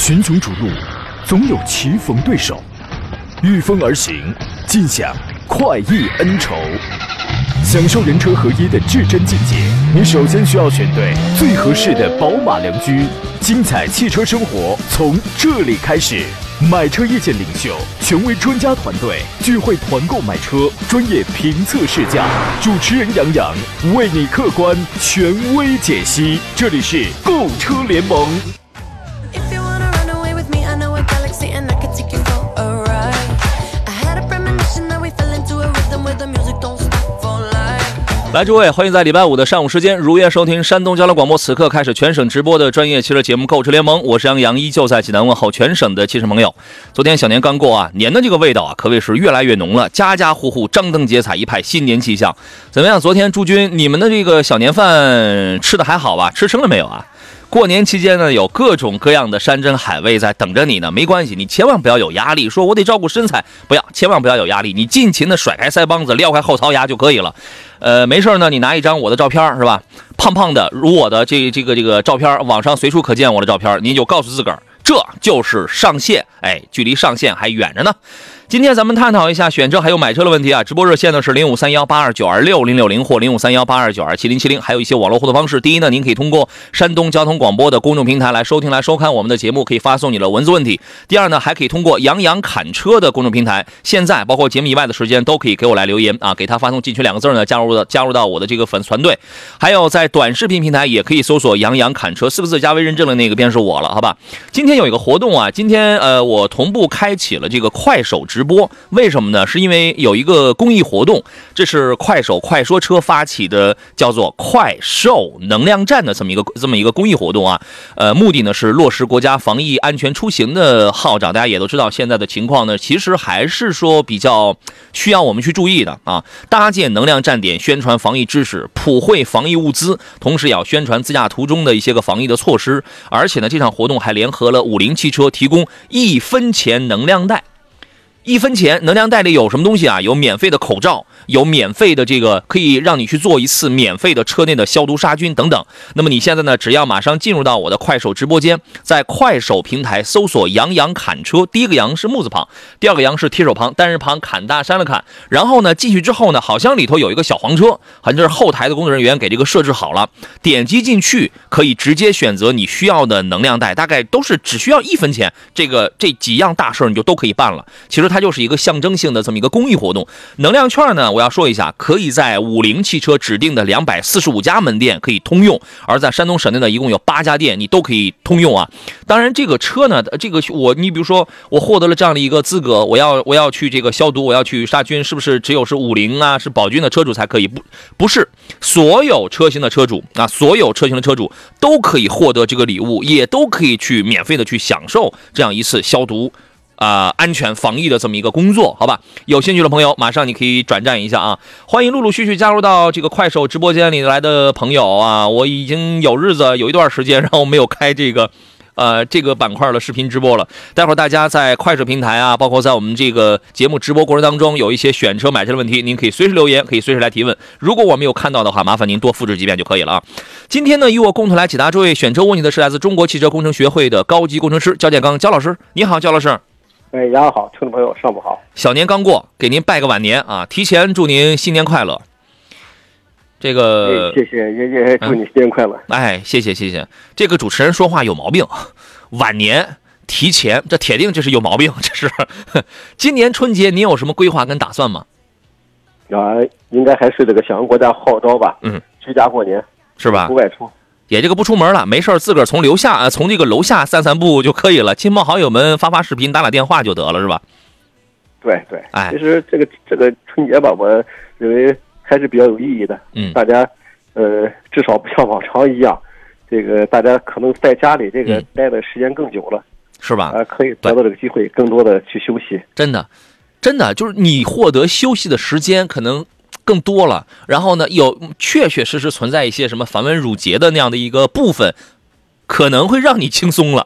群雄逐鹿，总有棋逢对手，御风而行，尽享快意恩仇。享受人车合一的至臻境界，你首先需要选对最合适的宝马良驹。精彩汽车生活从这里开始。买车意见领袖，权威专家团队聚会团购买车，专业评测试驾，主持人杨洋为你客观权威解析。这里是购车联盟。 来，诸位，欢迎在礼拜五的上午时间如约收听山东交通广播，此刻开始全省直播的专业汽车节目《购车联盟》，我是杨洋，依旧在济南问候全省的汽车朋友。昨天小年刚过啊，年的这个味道啊，可谓是越来越浓了，家家户户张灯结彩，一派新年气象。怎么样？昨天诸君，你们的这个小年饭吃的还好吧？吃撑了没有啊？过年期间呢，有各种各样的山珍海味在等着你呢，没关系，你千万不要有压力，说我得照顾身材，不要，千万不要有压力，你尽情的甩开腮帮子，撂开后槽牙就可以了。没事呢，你拿一张我的照片是吧？胖胖的，如我的这个照片，网上随处可见我的照片，你就告诉自个儿，这就是上线，哎，距离上线还远着呢。今天咱们探讨一下选车还有买车的问题啊！直播热线呢是053182926060或053182927070，还有一些网络互动方式。第一呢，您可以通过山东交通广播的公众平台来收听、来收看我们的节目，可以发送你的文字问题。第二呢，还可以通过杨洋侃车的公众平台，现在包括节目以外的时间都可以给我来留言啊，给他发送进群2个字呢，加入到我的这个粉丝团队。还有在短视频平台也可以搜索杨洋侃车4个字，加微认证的那个便是我了，好吧？今天有一个活动啊，今天我同步开启了这个快手直播，为什么呢？是因为有一个公益活动，这是快手快说车发起的，叫做快瘦能量站的这么一个公益活动啊。目的呢是落实国家防疫安全出行的号召。大家也都知道，现在的情况呢，其实还是说比较需要我们去注意的啊。搭建能量站点，宣传防疫知识，普惠防疫物资，同时也要宣传自驾途中的一些个防疫的措施。而且呢，这场活动还联合了50汽车，提供1分钱能量袋。1分钱能量袋里有什么东西啊？有免费的口罩，有免费的这个可以让你去做一次免费的车内的消毒杀菌等等。那么你现在呢，只要马上进入到我的快手直播间，在快手平台搜索杨洋侃车，第一个杨是木字旁，第二个杨是提手旁，单人旁，侃大山的侃。然后呢，进去之后呢，好像里头有一个小黄车，好像是后台的工作人员给这个设置好了。点击进去可以直接选择你需要的能量袋，大概都是只需要1分钱，这几样大事你就都可以办了。其实它就是一个象征性的这么一个公益活动。能量券呢，我要说一下，可以在50汽车指定的245家门店可以通用，而在山东省内呢，一共有8家店，你都可以通用啊。当然，这个车呢，你比如说我获得了这样的一个资格，我要去这个消毒，我要去杀菌，是不是只有是50啊，是宝骏的车主才可以？不是，所有车型的车主啊，所有车型的车主都可以获得这个礼物，也都可以去免费的去享受这样一次消毒。安全防疫的这么一个工作，好吧？有兴趣的朋友，马上你可以转战一下啊！欢迎陆陆续续加入到这个快手直播间里来的朋友啊！我已经有一段时间，然后没有开这个板块的视频直播了。待会儿大家在快手平台啊，包括在我们这个节目直播过程当中，有一些选车买车的问题，您可以随时留言，可以随时来提问。如果我没有看到的话，麻烦您多复制几遍就可以了啊！今天呢，与我共同来解答诸位选车问题的是来自中国汽车工程学会的高级工程师焦建刚焦老师。你好，焦老师。 哎，杨好，听众朋友上午好。 小年刚过，给您拜个晚年啊！提前祝您新年快乐。这个， 谢谢，也祝你新年快乐。 哎，谢谢。这个主持人说话有毛病，晚年提前，这铁定这是有毛病。这是今年春节您有什么规划跟打算吗？ 应该还是这个响应国家号召吧。居家过年是吧？ 不外出。 也这个不出门了，没事自个儿从这个楼下散步就可以了，亲朋好友们发视频打电话就得了，是吧？ 对，哎，其实这个春节吧，我认为还是比较有意义的。大家至少不像往常一样，这个大家可能在家里这个待的时间更久了，是吧？可以得到这个机会，更多的去休息。真的就是你获得休息的时间可能更多了，然后呢，确实存在一些什么繁文缛节的那样的一个部分，可能会让你轻松了。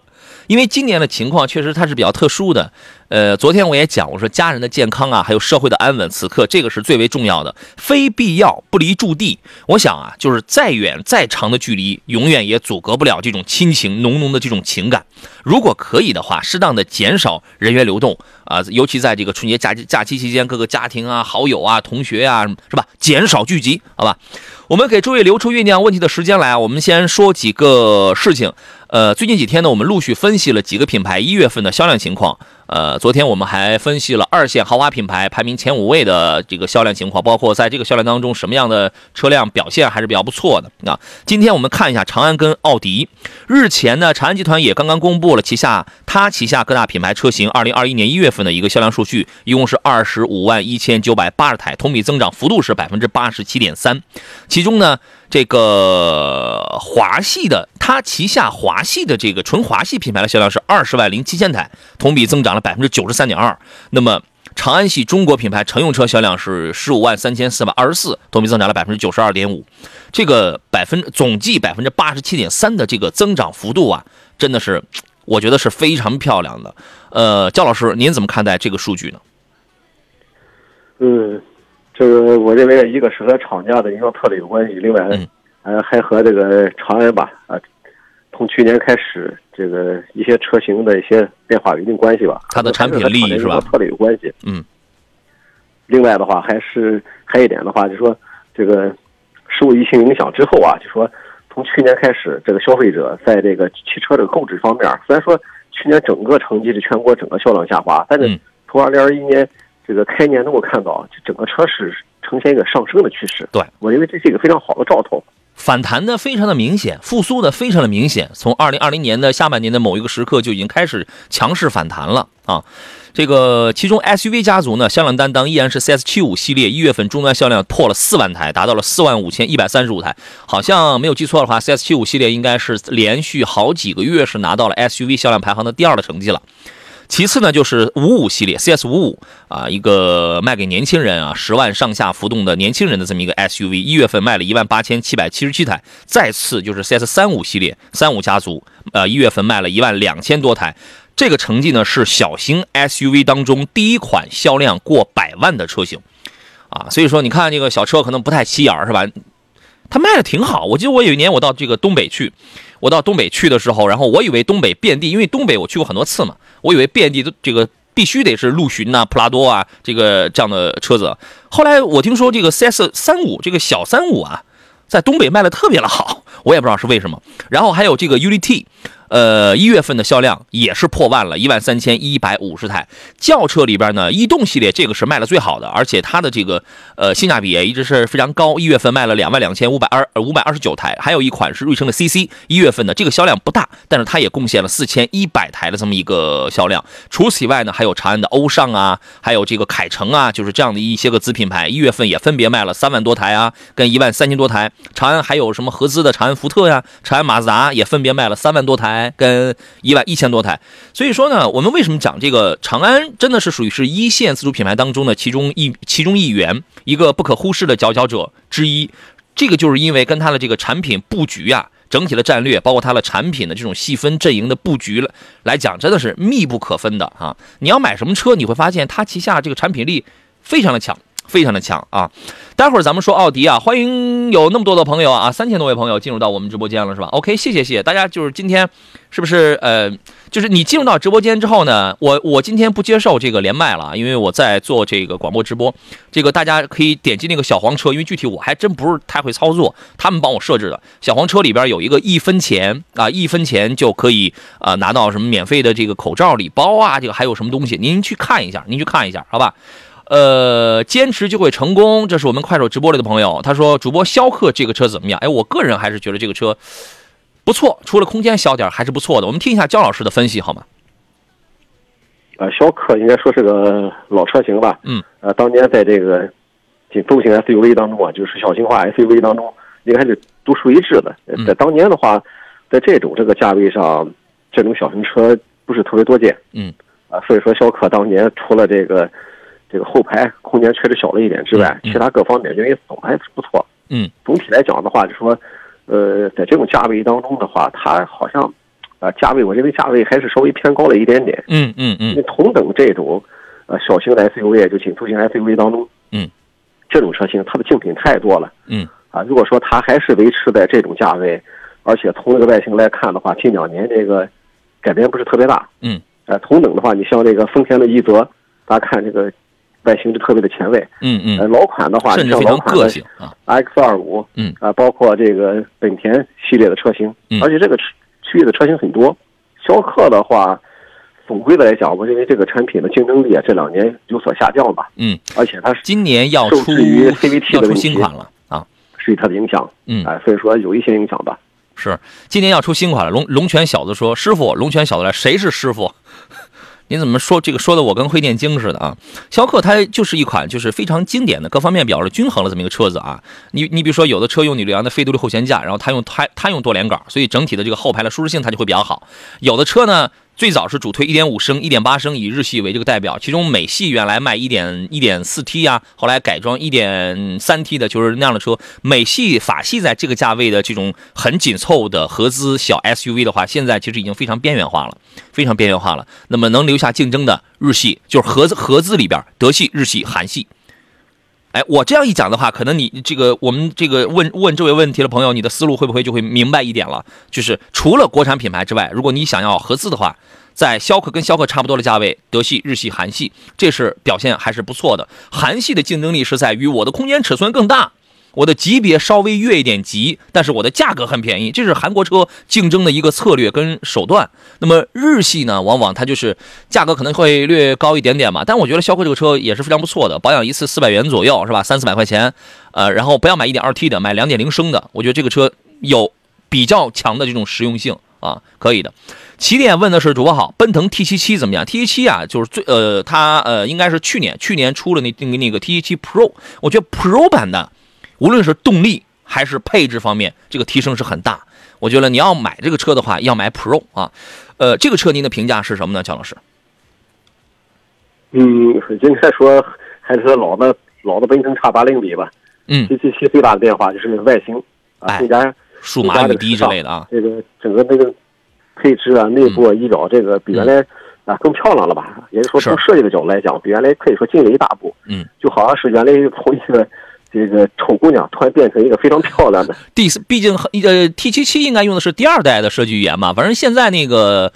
因为今年的情况确实它是比较特殊的。昨天我也讲，我说家人的健康啊，还有社会的安稳，此刻这个是最为重要的，非必要不离驻地。我想啊，就是再远再长的距离，永远也阻隔不了这种亲情浓浓的这种情感。如果可以的话，适当的减少人员流动啊，尤其在这个春节假期期间，各个家庭啊、好友啊、同学啊，是吧？减少聚集，好吧？我们给诸位留出酝酿问题的时间来啊，我们先说几个事情。最近几天呢，我们陆续分析了几个品牌1月份的销量情况。昨天我们还分析了2线豪华品牌排名前5位的这个销量情况，包括在这个销量当中什么样的车辆表现还是比较不错的啊。今天我们看一下长安跟奥迪。日前呢，长安集团也刚刚公布了旗下各大品牌车型2021年1月份的一个销量数据，一共是251980台，同比增长幅度是87.3%。其中呢，这个华系的，它旗下华系的这个纯华系品牌的销量是20万07千台，同比增长了93.2%。那么长安系中国品牌乘用车销量是153424，同比增长了92.5%。这个总计87.3%的这个增长幅度啊，真的是我觉得是非常漂亮的。焦老师，您怎么看待这个数据呢？ 这个我认为一个是和厂家的营销策略有关系，另外还和这个长安吧从去年开始这个一些车型的一些变化有一定关系吧， 它的产品力是吧？ 策略有关系。另外的话还一点的话，就是说这个受疫情影响之后啊，就说从去年开始，这个消费者在这个汽车的购置方面，虽然说去年整个成绩是全国整个销量下滑，但是从2021年这个开年能够看到，整个车市呈现一个上升的趋势。 对， 我认为这是一个非常好的兆头。 反弹的非常的明显，复苏的非常的明显，从2020年的下半年的某一个时刻就已经开始强势反弹了啊。这个其中 SUV 家族呢，销量担当依然是 CS75 系列，1月份终端销量破了4万台，达到了45135台。好像没有记错的话 ，CS75 系列应该是连续好几个月是拿到了 SUV 销量排行的第2的成绩了。其次呢，就是55系列 CS55 啊，一个卖给年轻人啊10万上下浮动的年轻人的这么一个 SUV， 1月份卖了18777台。再次就是 CS35 系列35家族1月份卖了12000多台。这个成绩呢是小型 SUV 当中第一款销量过100万的车型啊，所以说你看这个小车可能不太起眼是吧？它卖的挺好。我记得我有一年我到这个东北去，的时候，然后我以为东北遍地，因为东北我去过很多次嘛，我以为遍地都这个必须得是陆巡啊、普拉多啊这样的车子。后来我听说这个 CS35 这个小35啊，在东北卖的特别的好，我也不知道是为什么。然后还有这个 ULT。1月份的销量也是破万了，13150台。轿车里边呢，逸动系列这个是卖的最好的，而且它的这个性价比也一直是非常高。1月份卖了22529台，还有一款是瑞声的 CC， 1月份的这个销量不大，但是它也贡献了4100台的这么一个销量。除此以外呢，还有长安的欧尚啊，还有这个凯程啊，就是这样的一些个子品牌，1月份也分别卖了3万多台啊，跟13000多台。长安还有什么合资的长安福特呀、长安马自达也分别卖了3万多台。跟11000多台。所以说呢，我们为什么讲这个长安真的是属于是一线自主品牌当中的其中一员，一个不可忽视的佼佼者之一。这个就是因为跟它的这个产品布局啊，整体的战略，包括它的产品的这种细分阵营的布局来讲，真的是密不可分的啊。你要买什么车，你会发现它旗下这个产品力非常的强。非常的强啊！待会儿咱们说奥迪啊，欢迎有那么多的朋友啊，3000多位朋友进入到我们直播间了，是吧 ？OK， 谢谢大家。就是今天是不是就是你进入到直播间之后呢，我今天不接受这个连麦了，因为我在做这个广播直播。这个大家可以点击那个小黄车，因为具体我还真不是太会操作，他们帮我设置的。小黄车里边有一个1分钱啊，1分钱就可以拿到什么免费的这个口罩礼包啊，这个还有什么东西，您去看一下，好吧？坚持就会成功，这是我们快手直播里的朋友，他说主播逍客这个车怎么样？我个人还是觉得这个车不错，除了空间小点还是不错的。我们听一下焦老师的分析好吗？ 逍客应该说是个老车型吧。当年在这个紧凑型 SUV 当中啊，就是小型化 SUV 当中应该是独树一帜的。在当年的话，在这个价位上，这种小型车不是特别多见。所以说逍客当年除了这个后排空间确实小了一点之外，其他各方面因为总还是不错。总体来讲的话，就说在这种价位当中的话，它好像价位我认为价位还是稍微偏高了一点点。因为同等这种小型的 SUV 就紧凑型 SUV 当中，这种车型它的竞品太多了。如果说它还是维持在这种价位，而且从这个外形来看的话，近2年这个改变不是特别大。同等的话，你像这个丰田的奕泽，大家看这个外形就特别的前卫。老款的话， 甚至非常个性啊 ，X25，包括这个本田系列的车型，而且这个区域的车型很多。逍客的话，总归的来讲，我认为这个产品的竞争力这2年有所下降吧。而且它是今年要受制于 CVT 的问题， 新款了啊， 是它的影响。所以说有一些影响吧。 是，今年要出新款了。龙泉小子说：“师傅，龙泉小子来，谁是师傅？您怎么说这个说的我跟会念经似的啊？”逍客它就是一款就是非常经典的各方面表示均衡的这么一个车子啊。你比如说有的车用扭力梁的非独立后悬架，然后它用多连杆，所以整体的这个后排的舒适性它就会比较好。有的车呢，最早是主推 1.5 升、1.8 升，以日系为这个代表，其中美系原来卖 1.4T 啊，后来改装 1.3T 的，就是那样的车。美系、法系在这个价位的这种很紧凑的合资小 SUV 的话，现在其实已经非常边缘化了，非常边缘化了。那么能留下竞争的日系，就是合资里边德系、日系、韩系。我这样一讲的话，可能你我们这个问这位问题的朋友，你的思路会不会就会明白一点了？就是除了国产品牌之外，如果你想要合资的话，在逍客跟逍客差不多的价位，德系、日系、韩系，这是表现还是不错的。韩系的竞争力是在于我的空间尺寸更大，我的级别稍微越一点级，但是我的价格很便宜，这是韩国车竞争的一个策略跟手段。那么日系呢，往往它就是价格可能会略高一点点嘛，但我觉得逍客这个车也是非常不错的，保养一次400元左右是吧？300-400块钱，然后不要买 1.2T 的，买2.0升的，我觉得这个车有比较强的这种实用性啊，可以的。起点问的是主播好，奔腾 T77 怎么样 ？T77 啊，就是它应该是去年出了那个 T77 Pro， 我觉得 Pro 版的无论是动力还是配置方面，这个提升是很大。我觉得你要买这个车的话，要买 Pro 啊。这个车您的评价是什么呢，姜老师？ 应该说还是老的奔腾 X80比吧。T77 最大的变化就是外形啊，更加数码雨滴之类的啊。 这个整个那个配置啊，内部仪表这个比原来更漂亮了吧？也就是说从设计的角度来讲，比原来可以说进了一大步。就好像是原来从一个这个丑姑娘突然变成一个非常漂亮的。 毕竟T77 应该用的是第2代的设计语言嘛，反正现在那个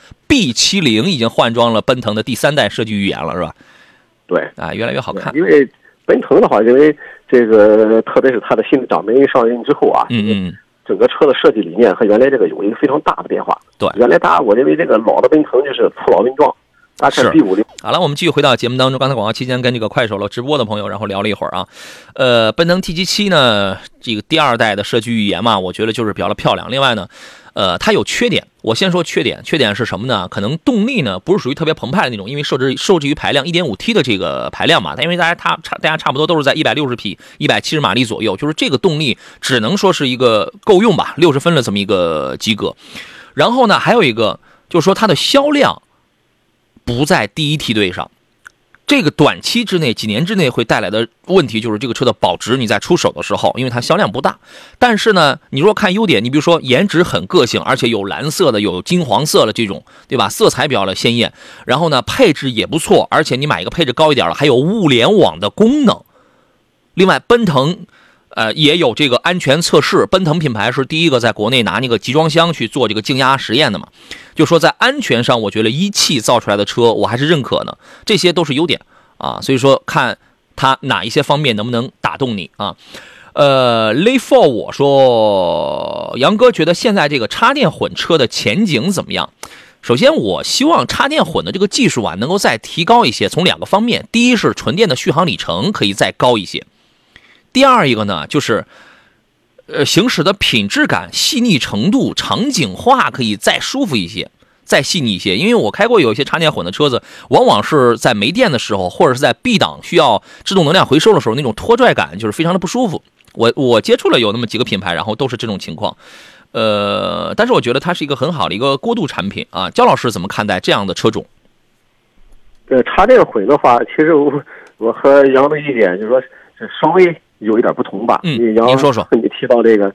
B70 已经换装了奔腾的第3代设计语言了，是吧？ 对啊，越来越好看。 因为奔腾的话，因为这个特别是它的新的掌门人上任之后啊，整个车的设计理念和原来这个有一个非常大的变化。对，原来我认为这个老的奔腾就是粗老稳壮。大家看 B50。 好了，我们继续回到节目当中。刚才广告期间跟这个快手了直播的朋友，然后聊了一会儿啊。奔腾 T77 呢，这个第2代的设计语言嘛，我觉得就是比较的漂亮。另外呢，它有缺点。我先说缺点是什么呢？可能动力呢不是属于特别澎湃的那种，因为受制于排量 1.5T 的这个排量嘛，因为大家差不多都是在160匹、170马力左右，就是这个动力只能说是一个够用吧，60分的这么一个及格。然后呢，还有一个就是说它的销量不在第一梯队上，这个短期之内几年之内会带来的问题就是这个车的保值，你在出手的时候，因为它销量不大。但是呢，你如果看优点，你比如说颜值很个性，而且有蓝色的，有金黄色的这种，对吧？色彩比较的鲜艳。然后呢，配置也不错，而且你买一个配置高一点了，还有物联网的功能。另外，奔腾也有这个安全测试，奔腾品牌是第一个在国内拿那个集装箱去做这个静压实验的嘛，就说在安全上，我觉得一汽造出来的车我还是认可的，这些都是优点啊，所以说看它哪一些方面能不能打动你啊。Lay4 我说杨哥觉得现在这个插电混车的前景怎么样？首先我希望插电混的这个技术啊能够再提高一些，从2个方面，第一是纯电的续航里程可以再高一些，第二一个呢就是行驶的品质感、细腻程度、场景化可以再舒服一些，再细腻一些。因为我开过有一些插电混的车子，往往是在没电的时候，或者是在 B 档需要制动能量回收的时候，那种拖拽感就是非常的不舒服。我接触了有那么几个品牌，然后都是这种情况。但是我觉得它是一个很好的一个过渡产品啊。焦老师怎么看待这样的车种？ 插电混的话，其实我和杨的一点就是说稍微有一点不同吧。 您说说。 你提到这个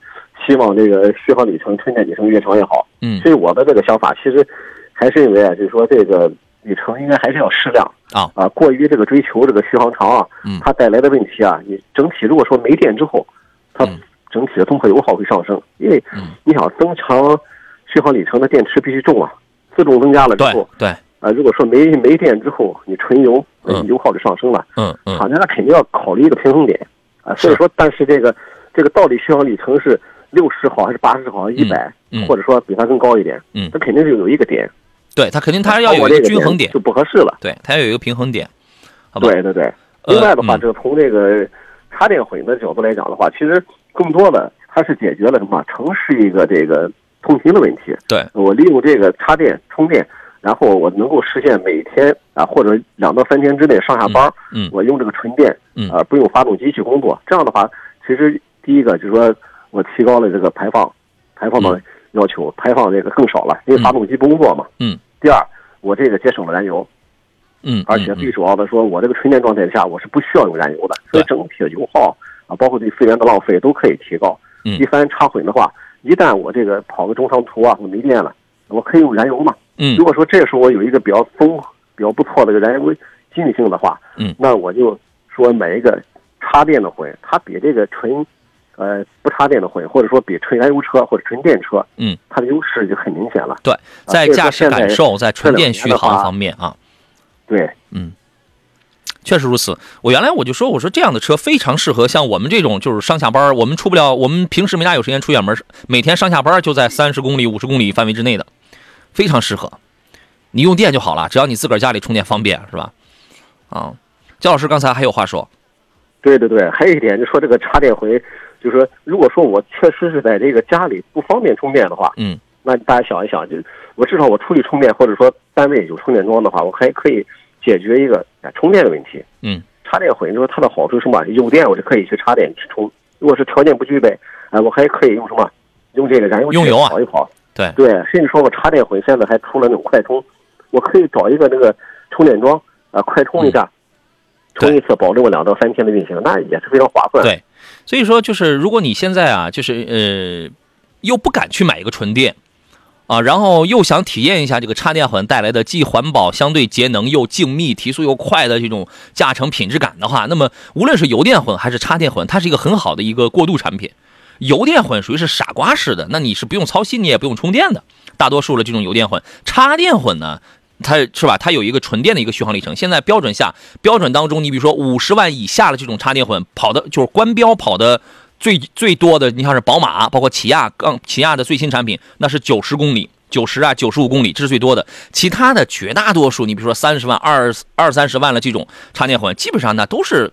希望这个续航里程、纯电里程越长越好。所以我的这个想法其实还是认为啊，就是说这个里程应该还是要适量过于这个追求这个续航长啊，它带来的问题啊，你整体如果说没电之后，它整体的综合油耗会上升，因为你想增强续航里程的电池必须重啊，自重增加了之后， 对如果说没电之后，你纯油油耗就上升了，厂家肯定要考虑一个平衡点所以说，但是这个到底续航里程是60好还是80好还是100，或者说比它更高一点，它肯定是有一个点， 对，它肯定它要有一个均衡点， 就不合适了， 对，它要有一个平衡点，好吧？ 对。另外的话，这个从这个插电混的角度来讲的话，其实更多的它是解决了什么城市一个这个通勤的问题。 对， 我利用这个插电充电，然后我能够实现每天或者2到3天之内上下班，我用这个纯电，不用发动机去工作。这样的话，其实第一个就是说我提高了这个排放的要求，排放这个更少了，因为发动机不工作嘛。第二，我这个节省了燃油。而且最主要的说，我这个纯电状态下，我是不需要用燃油的，所以整体的油耗包括对资源的浪费都可以提高。第三，插混的话，一旦我这个跑个中长途我没电了，我可以用燃油嘛。如果说这时候我有一个比较不错的个燃油经济性的话，那我就说买一个插电的混，它比这个纯不插电的混，或者说比纯燃油车或者纯电车，它的优势就很明显了。 对，在驾驶感受，在纯电续航方面对， 确实如此。我原来我说这样的车非常适合像我们这种就是上下班，我们平时没大有时间出远门，每天上下班就在30公里、50公里范围之内的，非常适合。你用电就好了，只要你自个儿家里充电方便，是吧？焦老师刚才还有话说。 对，还有一点就说这个插电混，就是说如果说我确实是在这个家里不方便充电的话，那大家想一想，就我至少我出去充电，或者说单位有充电桩的话，我还可以解决一个充电的问题。插电混就是它的好处是什么？有电我就可以去插电去充。如果是条件不具备，我还可以用什么？用这个燃油用油跑一跑。 对， 甚至说我插电混现在还出了那种快充，我可以找一个那个充电桩快充一下，充一次保证我2到3天的运行，那也是非常划算。 对，所以说就是如果你现在就是又不敢去买一个纯电。然后又想体验一下这个插电混带来的既环保、相对节能又静谧、提速又快的这种驾乘品质感的话，那么无论是油电混还是插电混，它是一个很好的一个过渡产品。油电混属于是傻瓜式的，那你是不用操心，你也不用充电的。大多数的这种油电混，插电混呢，它是吧？它有一个纯电的一个续航里程。现在标准当中，你比如说50万以下的这种插电混，跑的就是官标跑的。最多的，你像是宝马，包括起亚的最新产品，那是90公里，90啊95公里，这是最多的。其他的绝大多数，你比如说30万、20-30万了这种插电混，基本上呢都是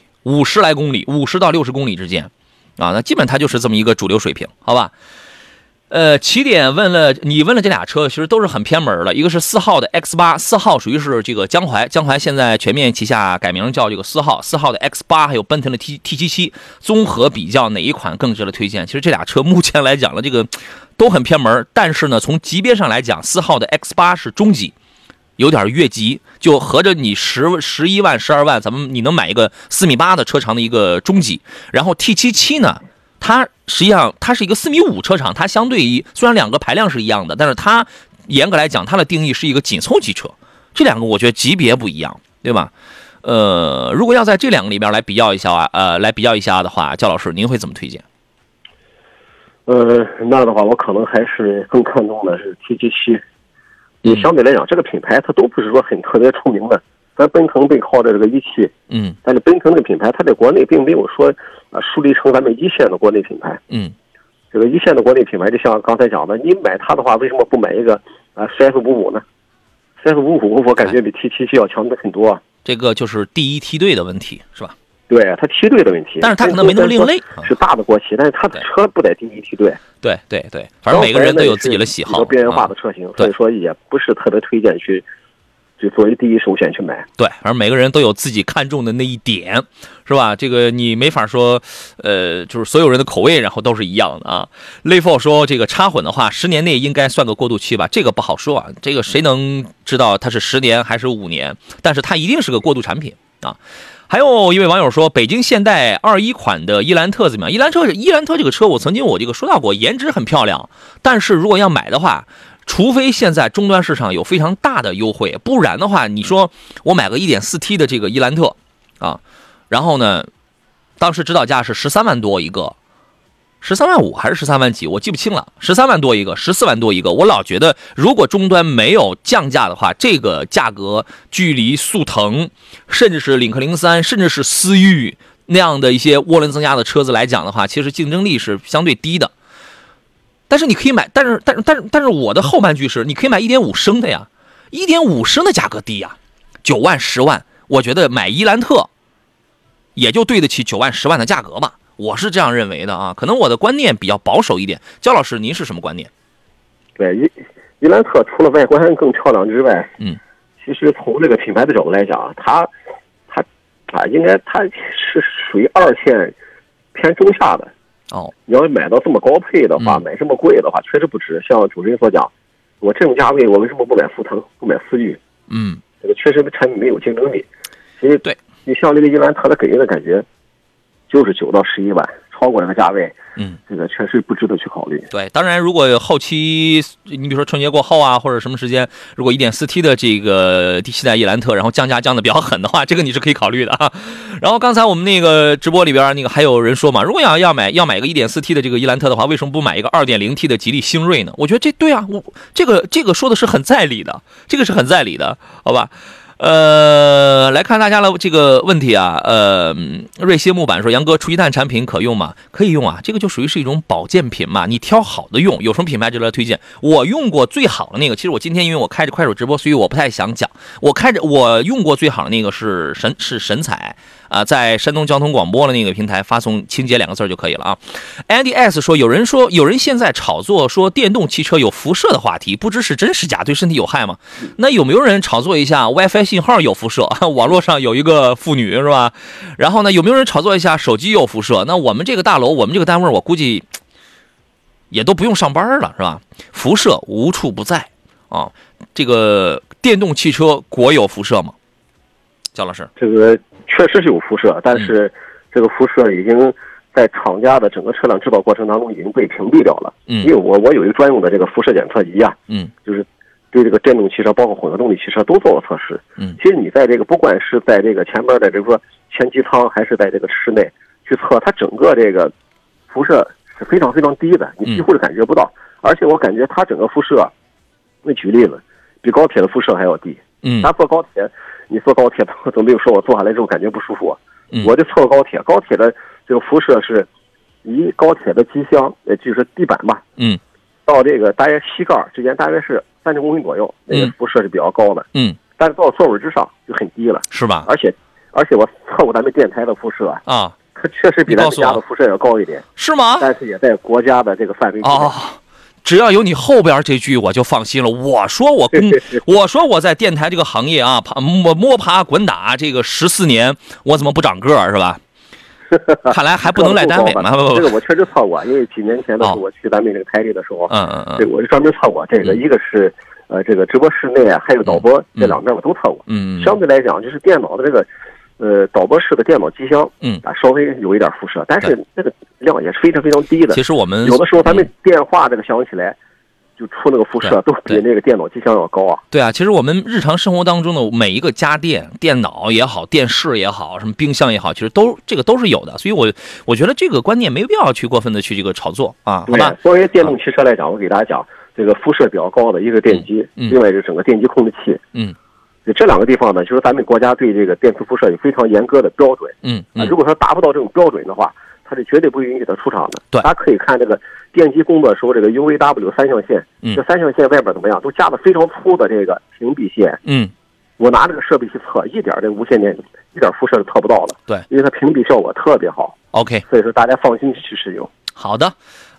50来公里，50到60公里之间那基本它就是这么一个主流水平，好吧？起点你问了这俩车，其实都是很偏门的。一个是4号的 X8，4号属于是这个江淮现在全面旗下改名叫这个4号的 X8，还有奔腾的 T77，综合比较哪一款更值得推荐？其实这俩车目前来讲了，这个都很偏门，但是呢，从级别上来讲，4号的 X8是中级，有点越级，就合着你11万、12万，你能买一个4.8米的车长的一个中级，然后 T77 呢？它实际上它是一个4.5米车长，它相对于虽然两个排量是一样的，但是它严格来讲它的定义是一个紧凑级车，这两个我觉得级别不一样，对吧？如果要在这两个里边来比较一下的话，焦老师您会怎么推荐？ 那的话我可能还是更看重的是 T77，因为相对来讲这个品牌它都不是说很特别出名的。咱奔腾背靠着这个1.7，但是奔腾这个品牌，它在国内并没有说树立成咱们一线的国内品牌。这个一线的国内品牌，就像刚才讲的，你买它的话，为什么不买一个CS55呢？CS55我感觉比 T77要强的很多。 这个就是第一梯队的问题，是吧？ 对，它梯队的问题。 但是它可能没那么另类， 是大的国企，但是它的车不在第一梯队。 对，反正每个人都有自己的喜好， 边缘化的车型，所以说也不是特别推荐就作为第一首选去买。 对，反正每个人都有自己看中的那一点，是吧？这个你没法说，就是所有人的口味然后都是一样的啊。Leifo 说这个插混的话，10年内应该算个过渡期吧？这个不好说啊，这个谁能知道它是10年还是5年？但是它一定是个过渡产品啊。还有一位网友说，北京现代21款的伊兰特怎么样？伊兰特这个车，我曾经这个说到过，颜值很漂亮，但是如果要买的话，除非现在终端市场有非常大的优惠，不然的话，你说我买个 1.4T 的这个伊兰特啊，然后呢，当时指导价是13万多一个。13万5还是13万几，我记不清了。13万多一个，14万多一个。我老觉得，如果终端没有降价的话，这个价格距离速腾，甚至是领克03，甚至是思域那样的一些涡轮增压的车子来讲的话，其实竞争力是相对低的。但是你可以买，但是我的后半句是，你可以买1.5升的呀，1.5升的价格低呀，9万10万，我觉得买伊兰特也就对得起9万10万的价格吧。我是这样认为的啊，可能我的观念比较保守一点。焦老师，您是什么观念？ 对，伊兰特除了外观更漂亮之外，其实从这个品牌的角度来讲，它应该它是属于2线偏中下的。 哦， 你要买到这么高配的话，买这么贵的话，确实不值。像主持人所讲，我这种价位，我为什么不买速腾，不买思域？这个确实产品没有竞争力。其实对你像这个伊兰特，它给人的感觉就是9到11万，超过这个价位，这个确实不值得去考虑。 对，当然如果后期你比如说春节过后啊，或者什么时间，如果 1.4T 的这个第7代伊兰特，然后降价降的比较狠的话，这个你是可以考虑的啊。然后刚才我们那个直播里边那个还有人说嘛，如果要买一个 1.4T 的这个伊兰特的话，为什么不买一个 2.0T 的吉利星瑞呢？我觉得这对啊，这个说的是很在理的，这个是很在理的，好吧？来看大家的这个问题啊，瑞希木板说，杨哥，除鸡蛋产品可用吗？可以用啊，这个就属于是一种保健品嘛，你挑好的用。有什么品牌值得推荐？我用过最好的那个，其实我今天因为我开着快手直播，所以我不太想讲。我用过最好的那个是神采啊，在山东交通广播的那个平台发送清洁2个字就可以了啊。Andy S 说，有人现在炒作说电动汽车有辐射的话题，不知是真是假，对身体有害吗？那有没有人炒作一下 WiFi 信号有辐射？网络上有一个妇女是吧？然后呢，有没有人炒作一下手机有辐射？那我们这个大楼，我们这个单位，我估计也都不用上班了，是吧？辐射无处不在啊。这个电动汽车国有辐射吗？焦老师， 这个确实是有辐射，但是这个辐射已经在厂家的整个车辆制造过程当中已经被屏蔽掉了。因为我有一个专用的这个辐射检测仪啊，就是对这个电动汽车包括混合动力汽车都做了测试。其实你在这个不管是在这个前边的这个前机舱还是在这个室内去测，它整个这个辐射是非常非常低的，你几乎是感觉不到。而且我感觉它整个辐射，那举例子，比高铁的辐射还要低。咱坐高铁，你坐高铁都没有说我坐下来之后感觉不舒服。我就测高铁的这个辐射是离高铁的机箱，就是地板吧，到这个大约膝盖之间大约是30公分左右，那个辐射是比较高的。但是到座位之上就很低了， 是吧？ 而且我测过咱们电台的辐射啊，它确实比咱们家的辐射要高一点， 是吗？ 但是也在国家的这个范围之内。 只要有你后边这句，我就放心了。我说我在电台这个行业啊，摸爬滚打这个14年，我怎么不长个儿是吧？看来还不能赖单位嘛。 这个我确实测过，因为几年前的时候我去咱们这个台里的时候，这个我就专门测过这个，一个是这个直播室内啊，还有导播这两边我都测过。相对来讲，就是电脑的这个导播室的电脑机箱，稍微有一点辐射，但是那个量也是非常非常低的。 其实我们有的时候咱们电话这个响起来，就出那个辐射都比那个电脑机箱要高啊。 对啊，其实我们日常生活当中的每一个家电，电脑也好，电视也好，什么冰箱也好，其实这个都是有的。所以我觉得这个观念没有必要去过分的去这个炒作啊，好吧？ 作为电动汽车来讲，我给大家讲，这个辐射比较高的一个电机，另外是整个电机控制器，这两个地方呢，就是咱们国家对这个电磁辐射有非常严格的标准。如果说达不到这种标准的话，它是绝对不允许它出厂的。 对， 大家可以看这个电机工作时候，这个 UVW 3象限，这3象限外边怎么样，都加了非常粗的这个屏蔽线。我拿这个设备去测，一点这无线电一点辐射都测不到了。 对， 因为它屏蔽效果特别好。 OK， 所以说大家放心去使用。 好的。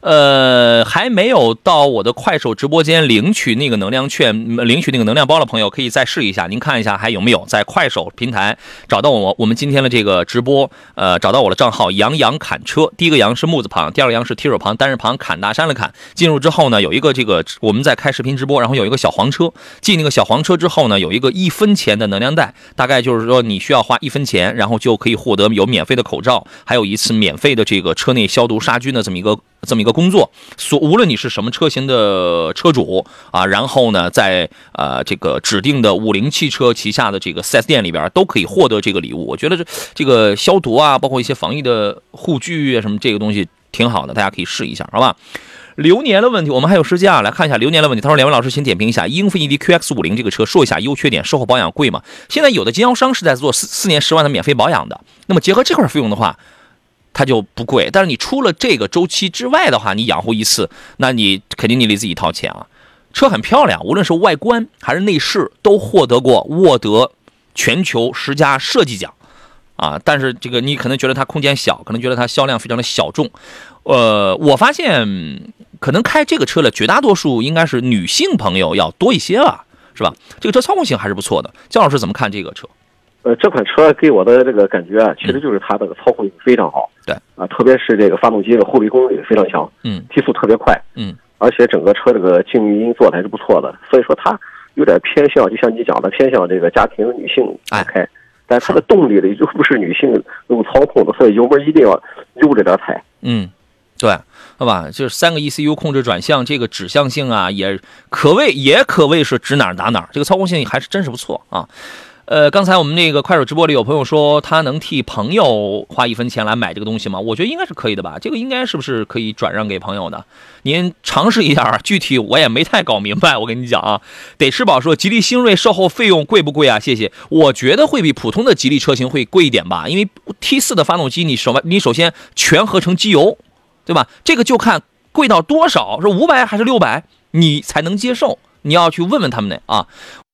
还没有到我的快手直播间领取那个能量券、领取那个能量包的朋友，可以再试一下。您看一下还有没有在快手平台找到我们今天的这个直播，找到我的账号杨洋侃车，第一个杨是木字旁，第二个杨是提手旁，单人旁，侃大山的侃。进入之后呢，有一个这个我们在开视频直播，然后有一个小黄车，进那个小黄车之后呢，有一个1分钱的能量袋，大概就是说你需要花1分钱，然后就可以获得有免费的口罩，还有一次免费的这个车内消毒杀菌的这么一个工作。无论你是什么车型的车主啊，然后呢，在这个指定的50汽车旗下的这个 4S 店里边都可以获得这个礼物。我觉得这个消毒啊，包括一些防疫的护具啊什么这个东西挺好的，大家可以试一下，好吧？流年的问题，我们还有时间啊，来看一下流年的问题。他说：“两位老师，请点评一下英菲尼迪 QX50 这个车，说一下优缺点，售后保养贵吗？现在有的经销商是在做4年10万的免费保养的，那么结合这块费用的话，它就不贵。但是你出了这个周期之外的话，你养护一次，那你肯定你得自己掏钱啊。车很漂亮，无论是外观还是内饰，都获得过沃德全球10佳设计奖啊。但是这个你可能觉得它空间小，可能觉得它销量非常的小众。我发现可能开这个车的绝大多数应该是女性朋友要多一些吧，是吧？这个车操控性还是不错的。焦老师怎么看这个车？ 这款车给我的这个感觉啊，其实就是它的操控性非常好。 对啊，特别是这个发动机的后备功率非常强，提速特别快，而且整个车这个静音做的还是不错的，所以说它有点偏向，就像你讲的，偏向这个家庭女性开。但它的动力呢，又不是女性能够操控的，所以油门一定要悠着点踩。 对，好吧，就是3个 ECU 控制转向，这个指向性啊，也可谓是指哪儿打哪儿，这个操控性还是真是不错啊。刚才我们那个快手直播里有朋友说他能替朋友花1分钱来买这个东西吗？我觉得应该是可以的吧，这个应该是不是可以转让给朋友的？您尝试一下，具体我也没太搞明白。我跟你讲啊，得吃饱说吉利星瑞售后费用贵不贵啊？谢谢。我觉得会比普通的吉利车型会贵一点吧，因为 T4 的发动机你首先全合成机油，对吧？这个就看贵到多少，是500还是600，你才能接受。你要去问问他们呢啊。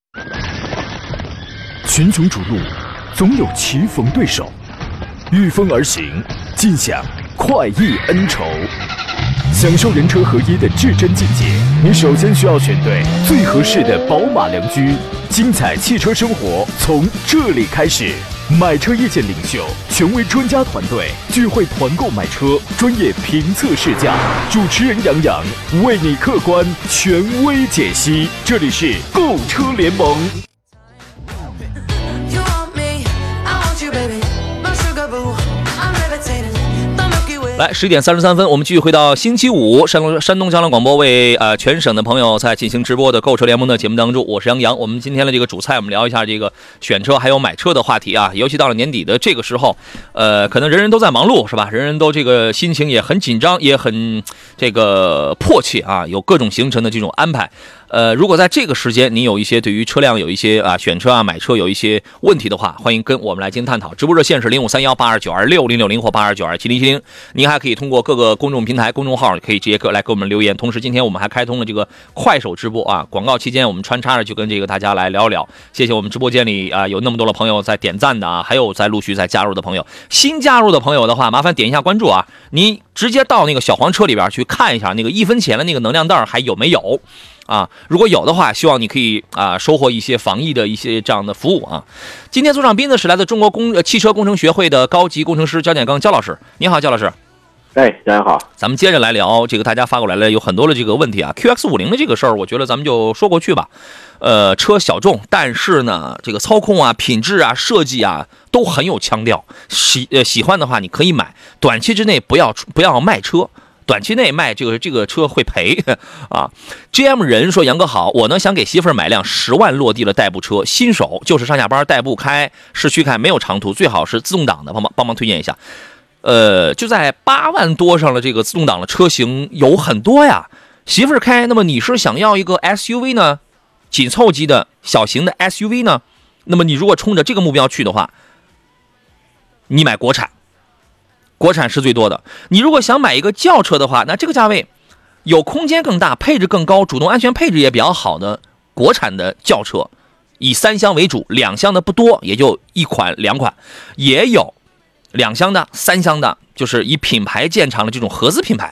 群雄逐鹿，总有棋逢对手，御风而行，尽享快意恩仇。享受人车合一的至臻境界，你首先需要选对最合适的宝马良驹。精彩汽车生活从这里开始。买车意见领袖，权威专家团队聚会团购买车，专业评测试驾，主持人杨洋为你客观权威解析。这里是购车联盟。 来11点33分，我们继续回到星期五山东交通广播为全省的朋友在进行直播的购车联盟的节目当中，我是杨洋。我们今天的这个主菜，我们聊一下这个选车还有买车的话题啊。尤其到了年底的这个时候，可能人人都在忙碌，是吧？人人都这个心情也很紧张，也很这个迫切啊，有各种行程的这种安排。如果在这个时间你有一些对于车辆有一些选车买车有一些问题的话，欢迎跟我们来进行探讨。直播热线是053182926060或82927070，您还可以通过各个公众平台公众号可以直接来给我们留言。同时今天我们还开通了这个快手直播啊，广告期间我们穿插着就跟这个大家来聊聊。谢谢我们直播间里有那么多的朋友在点赞的啊，还有在陆续在加入的朋友。新加入的朋友的话，麻烦点一下关注啊，你直接到那个小黄车里边去看一下那个1分钱的那个能量袋还有没有啊？如果有的话，希望你可以收获一些防疫的一些这样的服务啊。今天坐上宾的是来自中国汽车工程学会的高级工程师焦建刚焦老师。你好，焦老师。 大家好， 咱们接着来聊这个大家发过来了有很多的这个问题啊。QX50的这个事儿，我觉得咱们就说过去吧。车小众，但是呢，这个操控啊、品质啊、设计啊都很有腔调。喜欢的话，你可以买。短期之内不要卖车。短期内卖这个车会赔啊。GM 人说杨哥好，我呢想给媳妇儿买辆10万落地的代步车，新手，就是上下班代步开，市区开，没有长途，最好是自动挡的，帮忙推荐一下。就在8万多上的这个自动挡的车型有很多呀，媳妇儿开，那么你是想要一个 SUV 呢，紧凑级的小型的 SUV 呢？那么你如果冲着这个目标去的话，你买国产是最多的。你如果想买一个轿车的话，那这个价位有空间更大、配置更高、主动安全配置也比较好的国产的轿车，以3厢为主，2厢的不多，也就1款2款，也有2厢的、3厢的，就是以品牌见长的这种合资品牌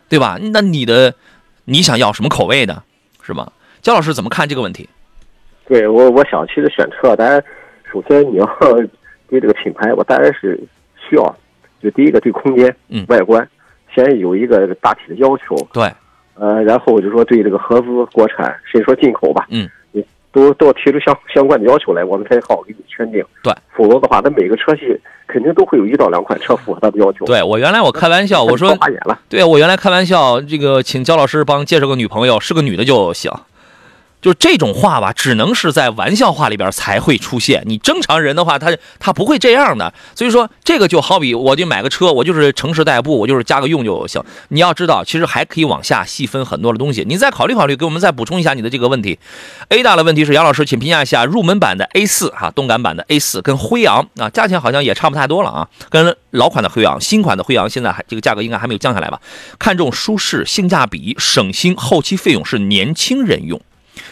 对吧？那你想要什么口味的，是吧？焦老师怎么看这个问题？ 对我想，其实选车，当然首先你要对这个品牌，我当然是需要，就第一个对空间、外观，先有一个大体的要求。 对， 然后就说对这个合资、国产，甚至说进口吧，你都要提出相关的要求来，我们才好给你圈定。 对， 否则的话，那每个车系肯定都会有1到2款车符合它的要求。 对，我原来开玩笑，我说，对我原来开玩笑，这个请焦老师帮介绍个女朋友，是个女的就行。就这种话吧，只能是在玩笑话里边才会出现。你正常人的话，他不会这样的。所以说，这个就好比我就买个车，我就是城市代步，我就是加个用就行。你要知道，其实还可以往下细分很多的东西。你再考虑考虑，给我们再补充一下你的这个问题。A 大的问题是，杨老师，请评价一下入门版的 A4 哈，动感版的 A4跟辉昂啊，价钱好像也差不太多了啊，跟老款的辉昂、新款的辉昂现在这个价格应该还没有降下来吧？看重舒适、性价比、省心，后期费用是年轻人用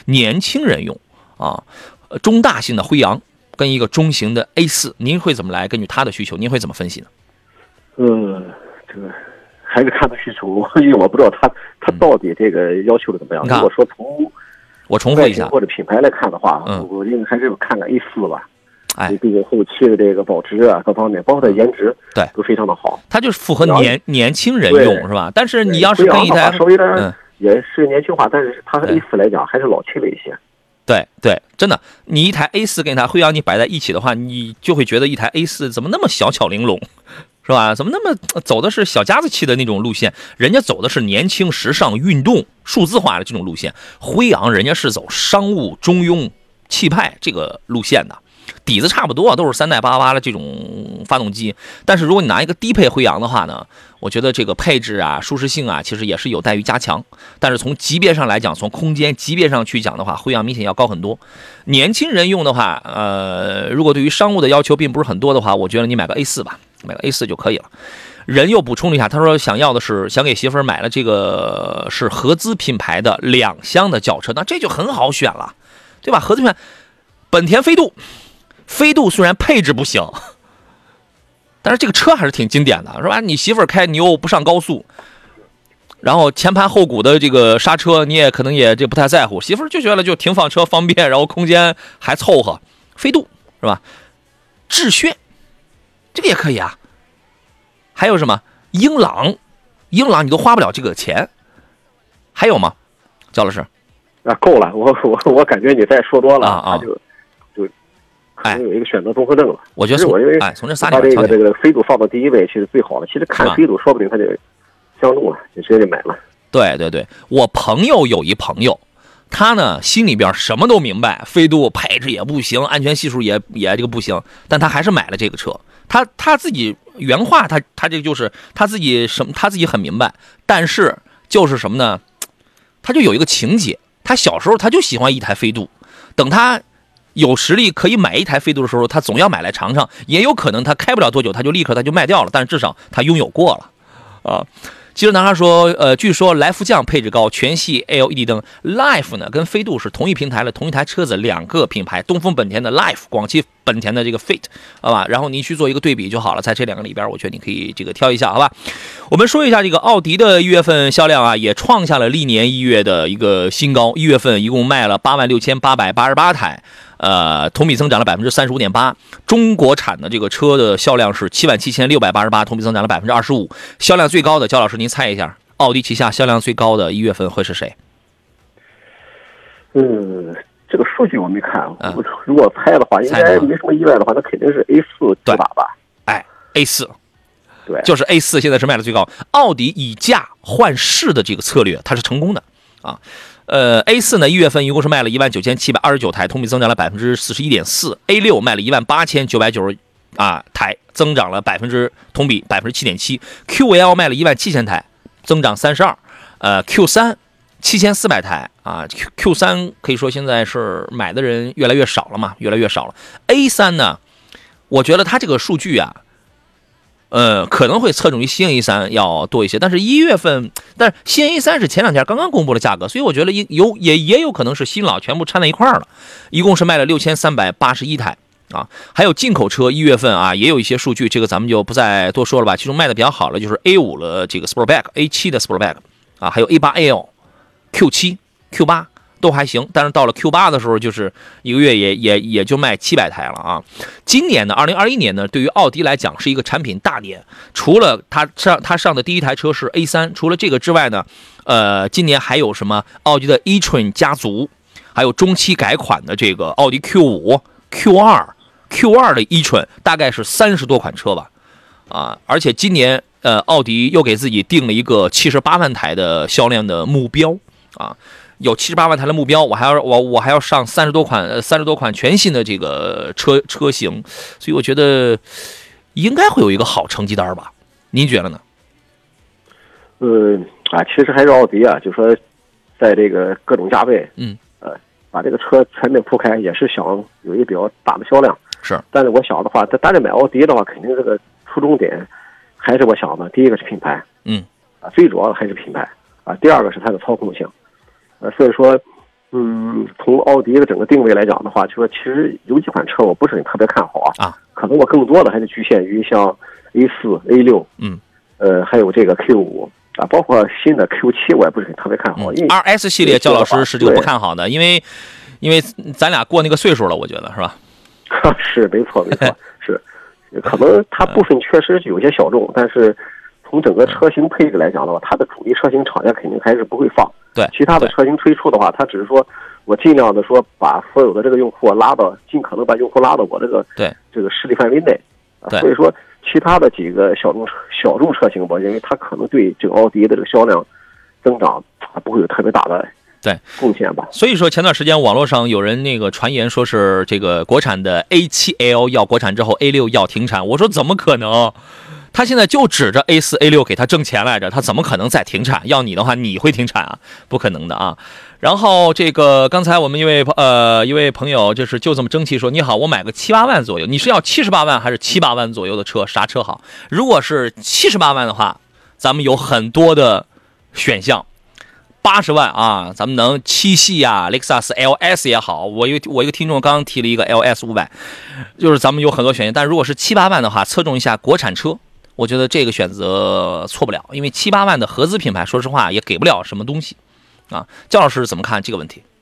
啊，中大型的辉昂跟一个中型的 A4， 您会怎么来根据他的需求，您会怎么分析呢？ 这个还是看他需求，因为我不知道他到底这个要求的怎么样。如果说我重复一下， 或者品牌来看的话，我应该还是看个 A4 吧。 哎， 毕竟后期的这个保值啊，各方面，包括它颜值， 对， 都非常的好。 它就是符合年轻人用是吧？但是你要是跟一台稍微的也是年轻化，但是它和 A4 来讲还是老气了一些。 对，真的，你一台 A4 跟一台辉昂你摆在一起的话，你就会觉得一台 A4 怎么那么小巧玲珑，是吧？怎么那么走的是小家子气的那种路线？人家走的是年轻、时尚、运动、数字化的这种路线。辉昂人家是走商务、中庸、气派这个路线的。底子差不多，都是3代88的这种发动机，但是如果你拿一个低配辉昂的话呢，我觉得这个配置啊、舒适性啊，其实也是有待于加强。但是从级别上来讲，从空间级别上去讲的话，辉昂明显要高很多。年轻人用的话，如果对于商务的要求并不是很多的话，我觉得你买个 A4 吧，买个 A4 就可以了。人又补充了一下，他说想给媳妇儿买了这个是合资品牌的2厢的轿车，那这就很好选了，对吧？合资品牌，本田飞度虽然配置不行，但是这个车还是挺经典的，是吧？你媳妇儿开，你又不上高速，然后前盘后鼓的这个刹车，你也可能也不太在乎，媳妇儿就觉得就停放车方便，然后空间还凑合。飞度是吧？致炫这个也可以啊。还有什么英朗你都花不了这个钱，还有吗？焦老师啊，够了，我感觉你再说多了啊。可能有一个选择综合症了。 我觉得从这仨里边，把这个飞度放到第一位，其实最好了。其实看飞度，说不定他就相中了，就直接就买了。 对，我朋友有一朋友，他呢心里边什么都明白，飞度配置也不行，安全系数也这个不行，但他还是买了这个车。他自己原话，他这个就是他自己很明白，但是就是什么呢？他就有一个情节，他小时候他就喜欢一台飞度，等他有实力可以买一台飞度的时候，他总要买来尝尝，也有可能他开不了多久，他就卖掉了，但是至少他拥有过了啊。其实男孩说，据说来福将配置高，全系 LED 灯 ，Life 呢跟飞度是同一平台的同一台车子，两个品牌，东风本田的 Life， 广汽本田的这个 Fit， 好吧，然后你去做一个对比就好了，在这两个里边，我觉得你可以这个挑一下，好吧。我们说一下这个奥迪的1月份销量啊，也创下了历年1月的一个新高，1月份一共卖了86888台。同比增长了 35.8%， 中国产的这个车的销量是77688，同比增长了 25%。销量最高的，焦老师您猜一下，奥迪旗下销量最高的1月份会是谁？ 这个数据我没看，如果猜的话，应该没什么意外的话，那肯定是 A4 主打吧？ 哎 ，A4， 对， 就是 A4 现在是卖的最高。奥迪以价换市的这个策略，它是成功的啊。A4 呢，1月份一共是卖了19729台，同比增长了 41.4%。A6 卖了18990台，增长了同比 7.7%。QL 卖了17000台，增长32%。Q3 7400台啊 ，Q3 可以说现在是买的人越来越少了嘛，越来越少了。A3 呢，我觉得它这个数据啊。可能会侧重于新 A3 要多一些，但是1月份，但是新 A3 是前2天刚刚公布的价格，所以我觉得也有可能是新老全部掺在一块儿了，一共是卖了6381台啊。还有进口车1月份啊，也有一些数据，这个咱们就不再多说了吧。其中卖的比较好的就是 A5 了，这个 Sportback、A7 的 Sportback 啊，还有 A8L、Q7、Q8。都还行，但是到了 Q8 的时候，就是一个月也就卖700台了啊。今年呢，2021年呢，对于奥迪来讲是一个产品大年。除了他上的第一台车是 A3，除了这个之外呢，今年还有什么奥迪的 e-tron 家族，还有中期改款的这个奥迪 Q5、Q2 的 e-tron， 大概是30多款车吧，啊，而且今年奥迪又给自己定了一个78万台的销量的目标啊。有78万台的目标，我还要上30多款全新的这个车型，所以我觉得应该会有一个好成绩单吧？您觉得呢？ 其实还是奥迪啊，就说在这个各种价位，把这个车全面铺开，也是想有一个比较大的销量。 是， 但是我想的话，大家买奥迪的话，肯定这个初衷点还是我想的，第一个是品牌，最主要的还是品牌啊，第二个是它的操控性。所以说，从奥迪的整个定位来讲的话，就说其实有几款车我不是很特别看好啊，可能我更多的还是局限于像 A4、A6，还有这个 Q5啊，包括新的 Q7 我也不是很特别看好。 RS 系列焦老师是这个不看好的，因为咱俩过那个岁数了，我觉得是吧？ 是没错，是，可能它部分确实有些小众，但是从整个车型配置来讲的话，它的主力车型厂家肯定还是不会放。 对， 其他的车型推出的话，它只是说我尽量的说把所有的这个用户尽可能把用户拉到我这个势力范围内。所以说其他的几个小众车型，我认为它可能对这个奥迪的这个销量增长不会有特别大的贡献吧。 所以说前段时间网络上有人那个传言说是这个国产的 A7L 要国产之后 A6 要停产，我说怎么可能？他现在就指着 A4、A6 给他挣钱来着，他怎么可能再停产？要你的话，你会停产啊？不可能的啊！然后这个刚才我们一位朋友就这么争气说：“你好，我买个7、8万左右，你是要78万还是7、8万左右的车？啥车好？如果是78万的话，咱们有很多的选项。80万啊，咱们能7系啊，雷克萨斯 LS 也好。我一个听众刚刚提了一个 LS 500，就是咱们有很多选项。但如果是7、8万的话，侧重一下国产车。”我觉得这个选择错不了，因为7、8万的合资品牌，说实话也给不了什么东西，啊，焦老师怎么看这个问题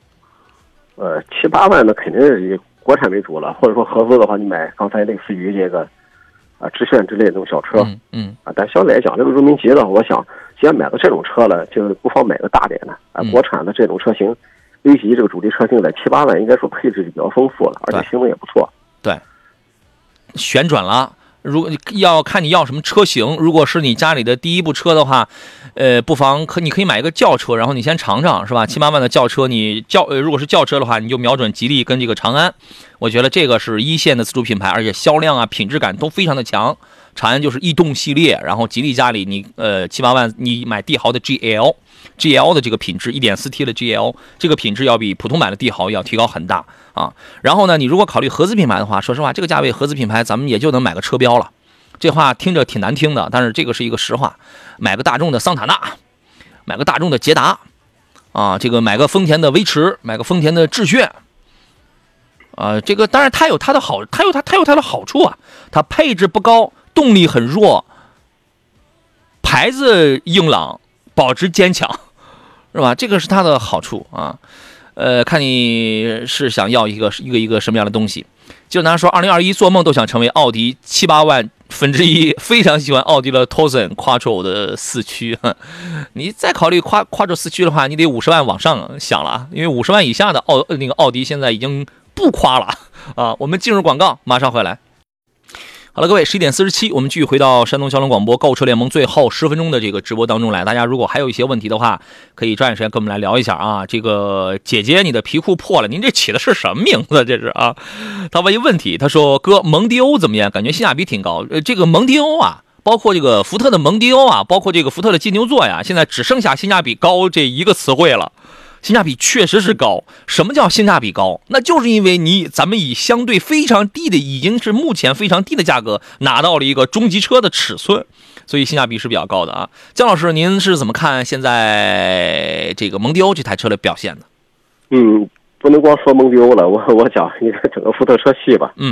？7、8万的肯定是以国产为主了，或者说合资的话，你买刚才类似于这个致炫之类的这种小车，但相对来讲，这个入门级的，我想既然买到这种车了，就不妨买个大点的国产的这种车型 ，A 级这个主力车型在7、8万，应该说配置比较丰富了，而且性能也不错。 对，旋转了。如果要看你要什么车型，如果是你家里的第一部车的话，不妨你可以买一个轿车，然后你先尝尝，是吧？7、8万的轿车，如果是轿车的话，你就瞄准吉利跟这个长安，我觉得这个是一线的自主品牌，而且销量啊、品质感都非常的强。长安就是逸动系列，然后吉利家里你7、8万你买帝豪的 GL 的这个品质 1.4T 的 GL 这个品质要比普通版的帝豪要提高很大啊。然后呢，你如果考虑合资品牌的话，说实话，这个价位合资品牌咱们也就能买个车标了。这话听着挺难听的，但是这个是一个实话。买个大众的桑塔纳，买个大众的捷达啊，这个买个丰田的威驰，买个丰田的致炫。这个当然它有它的好处啊，它配置不高，动力很弱，牌子硬朗，保值坚强，是吧？这个是它的好处啊。看你是想要一个什么样的东西。就拿说2021做梦都想成为奥迪7、8万分之一，非常喜欢奥迪的 Tucson Quattro 的4驱。你再考虑Quattro 4驱的话，你得50万往上想了，因为50万以下的奥迪现在已经不夸了啊。我们进入广告，马上回来。好了，各位，11点47，我们继续回到山东交通广播购车联盟最后10分钟的这个直播当中来。大家如果还有一些问题的话，可以抓紧时间跟我们来聊一下啊。这个姐姐，你的皮裤破了，您这起的是什么名字？这是啊？他问一问题，他说：“哥，蒙迪欧怎么样？感觉性价比挺高。这个蒙迪欧啊，包括这个福特的蒙迪欧啊，包括这个福特的金牛座呀，现在只剩下性价比高这一个词汇了。”性价比确实是高。什么叫性价比高？那就是因为咱们以相对非常低的，已经是目前非常低的价格拿到了一个中级车的尺寸，所以性价比是比较高的啊。姜老师，您是怎么看现在这个蒙迪欧这台车的表现的？ 不能光说蒙迪欧了，我讲一个整个福特车系吧。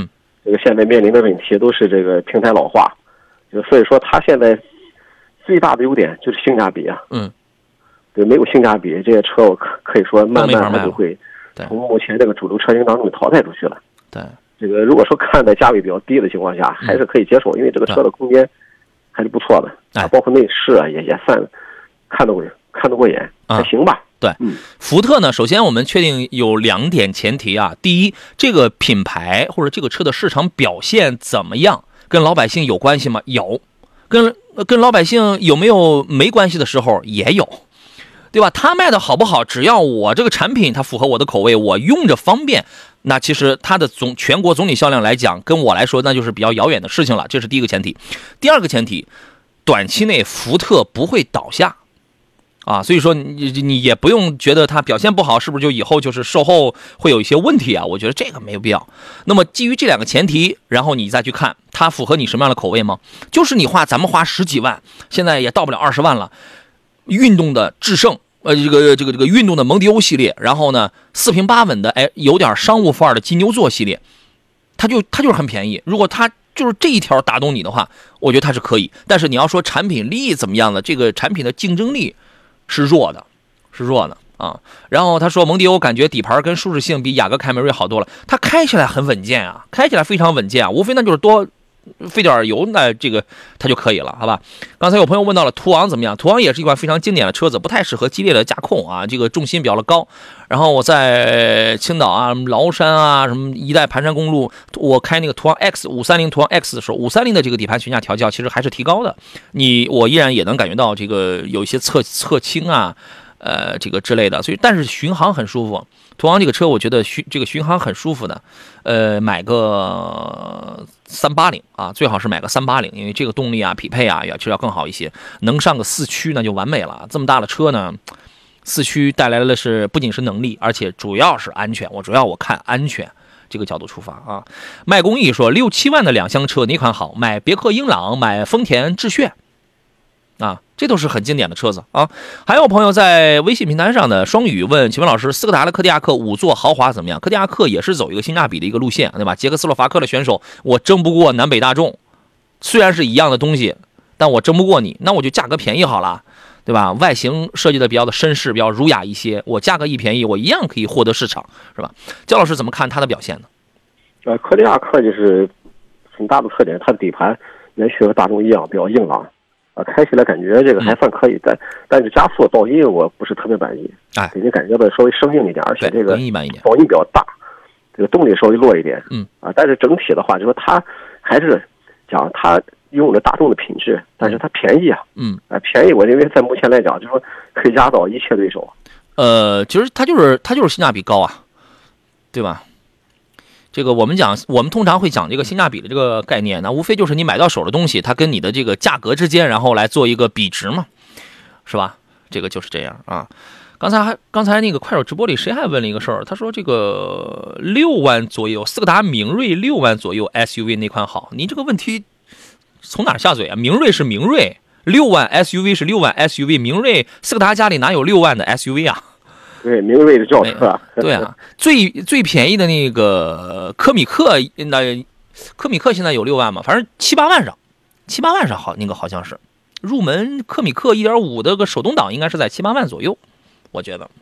这个现在面临的问题都是这个平台老化，所以说它现在最大的优点就是性价比啊。对，没有性价比，这些车我可以说慢慢它就会从目前这个主流车型当中淘汰出去了。 对， 这个如果说看在价位比较低的情况下，还是可以接受，因为这个车的空间还是不错的，包括内饰啊也算看得过眼，还行吧。 对，福特呢，首先我们确定有2点前提啊。第一，这个品牌或者这个车的市场表现怎么样，跟老百姓有关系吗？有，跟老百姓有没有没关系的时候也有，对吧？它卖的好不好，只要我这个产品它符合我的口味，我用着方便，那其实它的全国总体销量来讲，跟我来说那就是比较遥远的事情了。这是第一个前提。第二个前提，短期内福特不会倒下。所以说你也不用觉得它表现不好，是不是就以后就是售后会有一些问题啊？我觉得这个没有必要。那么基于这2个前提，然后你再去看它符合你什么样的口味吗？就是咱们花10几万，现在也到不了20万了。运动的致胜，这个运动的蒙迪欧系列，然后呢4平8稳的，有点商务范儿的金牛座系列，它就是很便宜。如果它就是这一条打动你的话，我觉得它是可以。但是你要说产品力怎么样的，这个产品的竞争力是弱的啊。然后他说蒙迪欧感觉底盘跟舒适性比雅阁凯美瑞好多了，它开起来很稳健啊，开起来非常稳健啊，无非那就是多费点油，那这个它就可以了，好吧？刚才有朋友问到了途昂怎么样？途昂也是一款非常经典的车子，不太适合激烈的驾控啊，这个重心比较的高。然后我在青岛啊、崂山啊、什么一带盘山公路，我开那个途昂 X 530途昂 X 的时候，530的这个底盘悬架调教其实还是提高的，我依然也能感觉到这个有一些侧倾啊。这个之类的，所以但是巡航很舒服。途昂这个车，我觉得这个巡航很舒服的。买个380啊，最好是买个380，因为这个动力啊、匹配啊，其实要更好一些。能上个4驱那就完美了。这么大的车呢，4驱带来的是不仅是能力，而且主要是安全。我看安全这个角度出发啊。卖工艺说6、7万的2厢车哪款好？买别克英朗，买丰田致炫。这都是很经典的车子啊！还有朋友在微信平台上的双语问，请问老师，斯柯达的柯迪亚克5座豪华怎么样？柯迪亚克也是走一个性价比的一个路线，对吧？捷克斯洛伐克的选手，我争不过南北大众，虽然是一样的东西，但我争不过你，那我就价格便宜好了，对吧？外形设计的比较的绅士，比较儒雅一些，我价格一便宜，我一样可以获得市场，是吧？焦老师怎么看它的表现呢？ 柯迪亚克就是很大的特点，它的底盘延续和大众一样比较硬朗。开起来感觉这个还算可以，但是加速噪音我不是特别满意，给人感觉到稍微生硬一点，而且这个噪音比较大，这个动力稍微弱一点，但是整体的话，就说它还是讲它用了大众的品质，但是它便宜啊，便宜，我认为在目前来讲，就说可以压倒一切对手。 其实它就是性价比高啊，对吧？这个我们通常会讲这个性价比的这个概念，那无非就是你买到手的东西，它跟你的这个价格之间，然后来做一个比值嘛，是吧？这个就是这样啊。刚才那个快手直播里谁还问了一个事儿，他说这个6万左右，斯柯达明锐6万左右 SUV 那款好，您这个问题从哪下嘴啊？明锐是明锐，6万 SUV 是6万 SUV， 明锐斯柯达家里哪有6万的 SUV 啊？ 对，明锐的轿车。 对啊，最便宜的那个科米克，科米克现在有6万吗？反正7、8万上好，那个好像是入门科米克 1.5 的个手动挡，应该是在7、8万左右，我觉得。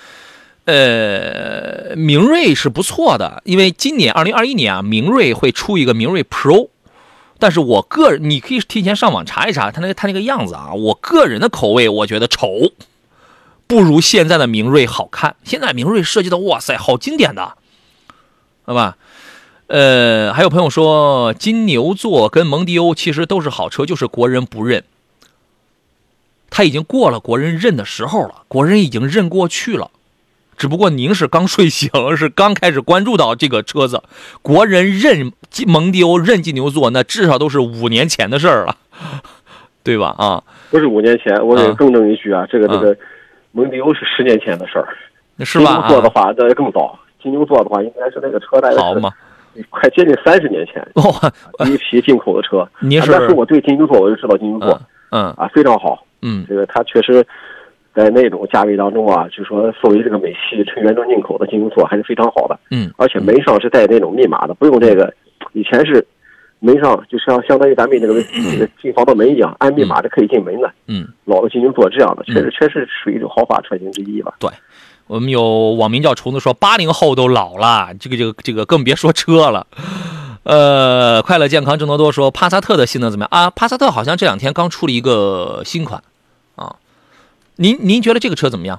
明锐是不错的，因为今年2021年啊，明锐会出一个明锐 Pro， 但是我个人你可以提前上网查一查它那个样子啊，我个人的口味我觉得丑。不如现在的明锐好看，现在明锐设计的哇塞，好经典的，好吧？还有朋友说金牛座跟蒙迪欧其实都是好车，就是国人不认，他已经过了国人认的时候了，国人已经认过去了，只不过您是刚睡醒，是刚开始关注到这个车子，国人认蒙迪欧认金牛座，那至少都是5年前的事儿了，对吧？啊， 不是5年前，我得更正一句啊，这个。蒙迪欧是10年前的事儿， 是吧？ 金牛座的话，这更早。金牛座的话，应该是那个车大概是快接近30年前，第一批进口的车。但是我对金牛座，我就知道金牛座，非常好。这个它确实在那种价位当中啊，就说作为这个美系纯原装进口的金牛座还是非常好的。而且门上是带那种密码的，不用这个以前是门上就像相当于咱们这个进防盗门一样，按密码就可以进门的。老的进行做这样的，确实属于一种豪华车型之一吧。 对，我们有网民叫虫子说，80后都老了，这个更别说车了。快乐健康郑多多说，帕萨特的性能怎么样啊？帕萨特好像这2天刚出了一个新款啊，您觉得这个车怎么样？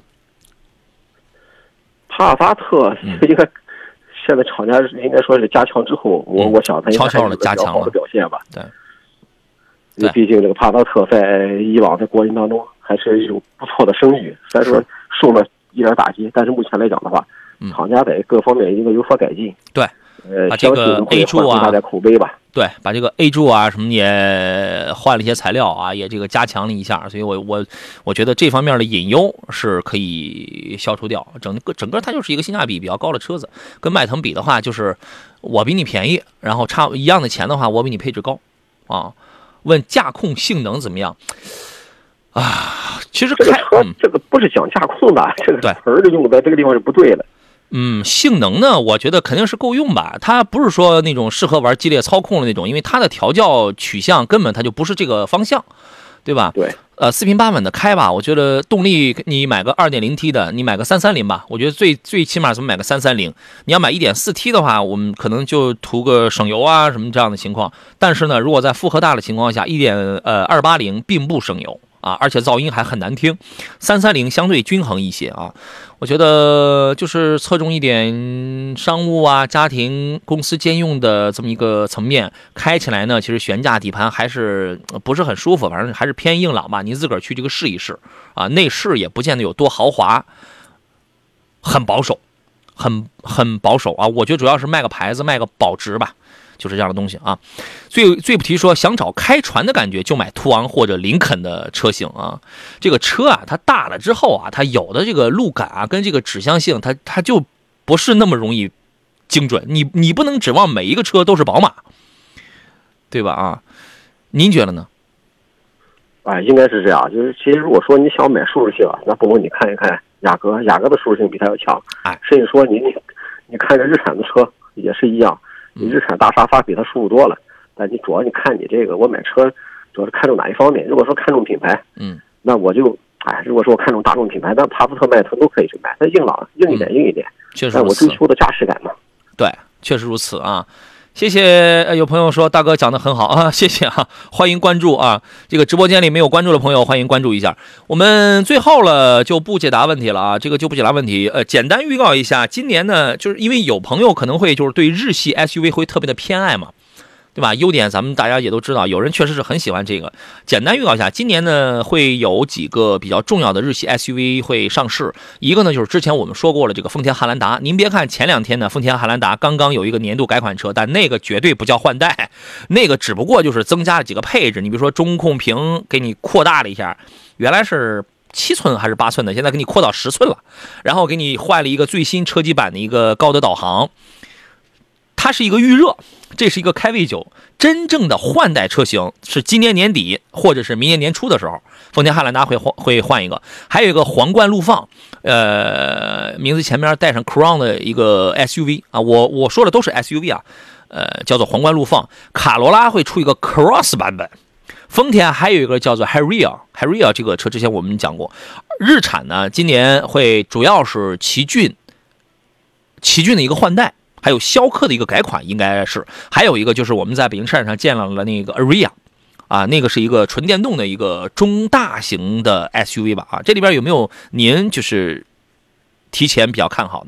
帕萨特应该现在厂家应该说是加强之后，我想它应该悄的加强了表现吧。 对， 因为毕竟这个帕萨特在以往在国人当中还是有不错的声誉，虽然说受了一点打击，但是目前来讲的话，厂家在各方面应该有所改进。 对，把这个 A 柱啊， 大家口碑吧。 对，把这个 A 柱啊什么也换了一些材料啊，也这个加强了一下，所以我觉得这方面的隐忧是可以消除掉。整个它就是一个性价比比较高的车子，跟迈腾比的话，就是我比你便宜，然后差一样的钱的话，我比你配置高啊。问驾控性能怎么样啊？其实这个车这个不是讲驾控的，这个词儿的用在这个地方是不对的。 性能呢，我觉得肯定是够用吧。它不是说那种适合玩激烈操控的那种，因为它的调教取向根本它就不是这个方向，对吧？ 对。 四平八稳的开吧，我觉得动力你买个 2.0T 的，你买个330吧，我觉得最起码怎么买个330。你要买 1.4T 的话，我们可能就图个省油啊什么这样的情况。但是呢，如果在负荷大的情况下，280并不省油啊，而且噪音还很难听。330相对均衡一些啊。我觉得就是侧重一点商务啊、家庭、公司兼用的这么一个层面，开起来呢，其实悬架底盘还是不是很舒服，反正还是偏硬朗吧。您自个儿去这个试一试啊，内饰也不见得有多豪华，很保守，很保守啊。我觉得主要是卖个牌子，卖个保值吧。就是这样的东西啊，最不提说想找开船的感觉，就买途昂或者林肯的车型啊。这个车啊，它大了之后啊，它有的这个路感啊，跟这个指向性，它就不是那么容易精准。你不能指望每一个车都是宝马，对吧？啊，您觉得呢？ 应该是这样。就是其实如果说你想买舒适性啊，那不如你看一看雅阁的舒适性比它要强。甚至说你看着日产的车也是一样。你日产大沙发比它舒服多了，但你主要你看你这个，我买车主要是看重哪一方面？如果说看重品牌，那我就如果说我看重大众品牌，那帕萨特、迈腾都可以去买，它硬朗，硬一点。 确实， 但我追求的驾驶感嘛。 对，确实如此啊。谢谢，有朋友说大哥讲得很好啊，谢谢啊，欢迎关注啊，这个直播间里没有关注的朋友欢迎关注一下。我们最后了就不解答问题了啊，这个就不解答问题，简单预告一下，今年呢，就是因为有朋友可能会就是对日系 SUV 会特别的偏爱嘛。对吧？优点咱们大家也都知道，有人确实是很喜欢这个。简单预告一下，今年呢会有几个比较重要的日系 SUV 会上市。一个呢就是之前我们说过了，这个丰田汉兰达。您别看前2天呢，丰田汉兰达刚刚有一个年度改款车，但那个绝对不叫换代，那个只不过就是增加了几个配置。你比如说中控屏给你扩大了一下，原来是7寸还是8寸的，现在给你扩到10寸了，然后给你换了一个最新车机版的一个高德导航。它是一个预热，这是一个开 V9， 真正的换代车型是今年年底或者是明年年初的时候，丰田汉兰达会换一个。还有一个皇冠陆放，名字前面带上 Crown 的一个 SUV 啊，我说的都是 SUV 啊，叫做皇冠陆放。卡罗拉会出一个 Cross 版本，丰田还有一个叫做 Harrier 这个车之前我们讲过。日产呢今年会主要是奇骏的一个换代。还有逍客的一个改款，应该是还有一个就是我们在北京车展上见到了那个 Aria 啊，那个是一个纯电动的一个中大型的 SUV 吧啊，这里边有没有您就是提前比较看好的？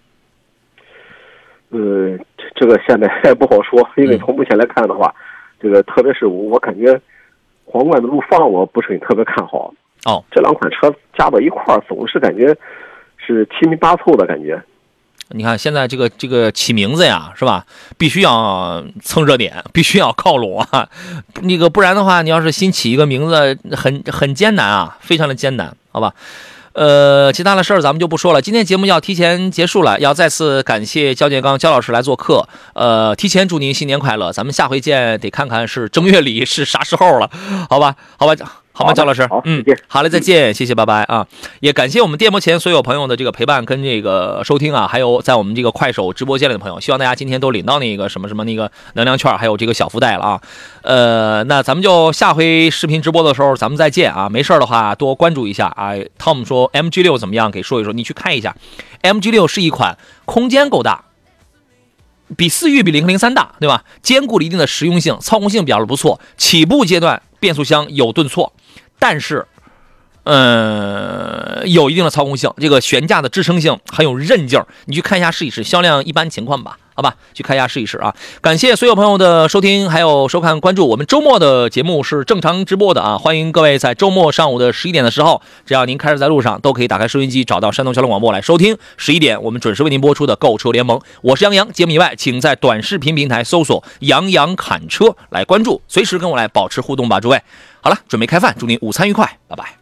这个现在还不好说，因为从目前来看的话，这个特别是我感觉皇冠的陆放我不是很特别看好哦， 这2款车加到一块儿，总是感觉是七拼八凑的感觉。 你看现在这个起名字呀，是吧？必须要蹭热点，必须要靠拢啊！那个不然的话，你要是新起一个名字，很艰难啊，非常的艰难，好吧？其他的事儿咱们就不说了。今天节目要提前结束了，要再次感谢焦建刚焦老师来做客。提前祝您新年快乐，咱们下回见，得看看是正月里是啥时候了，好吧？ 好吗，焦老师？好嘞，再见，谢谢，拜拜啊！也感谢我们电幕前所有朋友的这个陪伴跟这个收听啊，还有在我们这个快手直播间里的朋友，希望大家今天都领到那个什么那个能量券，还有这个小福袋了啊。那咱们就下回视频直播的时候咱们再见啊！没事的话多关注一下啊。Tom 说 MG6 怎么样？给说一说，你去看一下。MG6 是一款空间够大，比思域比003大，对吧？兼顾了一定的实用性，操控性表现不错，起步阶段变速箱有顿挫。但是，有一定的操控性，这个悬架的支撑性很有韧劲儿。你去看一下试一试，销量一般情况吧，好吧，去看一下试一试啊！感谢所有朋友的收听，还有收看关注。我们周末的节目是正常直播的啊，欢迎各位在周末上午的11点的时候，只要您开车在路上，都可以打开收音机，找到山东交通广播来收听。11点我们准时为您播出的购车联盟，我是杨洋。节目以外，请在短视频平台搜索“杨洋侃车”来关注，随时跟我来保持互动吧，诸位。好了，准备开饭，祝您午餐愉快，拜拜。